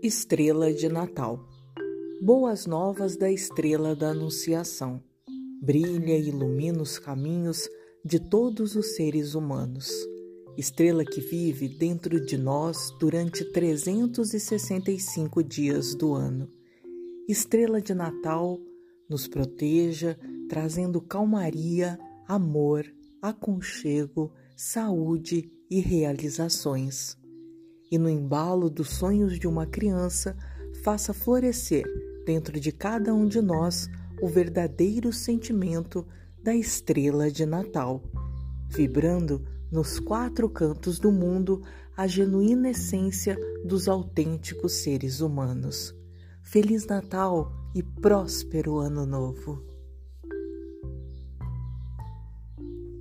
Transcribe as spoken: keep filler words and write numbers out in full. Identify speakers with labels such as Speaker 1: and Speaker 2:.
Speaker 1: Estrela de Natal. Boas novas da estrela da Anunciação. Brilha e ilumina os caminhos de todos os seres humanos. Estrela que vive dentro de nós durante trezentos e sessenta e cinco dias do ano. Estrela de Natal, nos proteja, trazendo calmaria, amor, aconchego, saúde e realizações. E no embalo dos sonhos de uma criança, faça florescer dentro de cada um de nós o verdadeiro sentimento da estrela de Natal, vibrando nos quatro cantos do mundo a genuína essência dos autênticos seres humanos. Feliz Natal e próspero Ano Novo!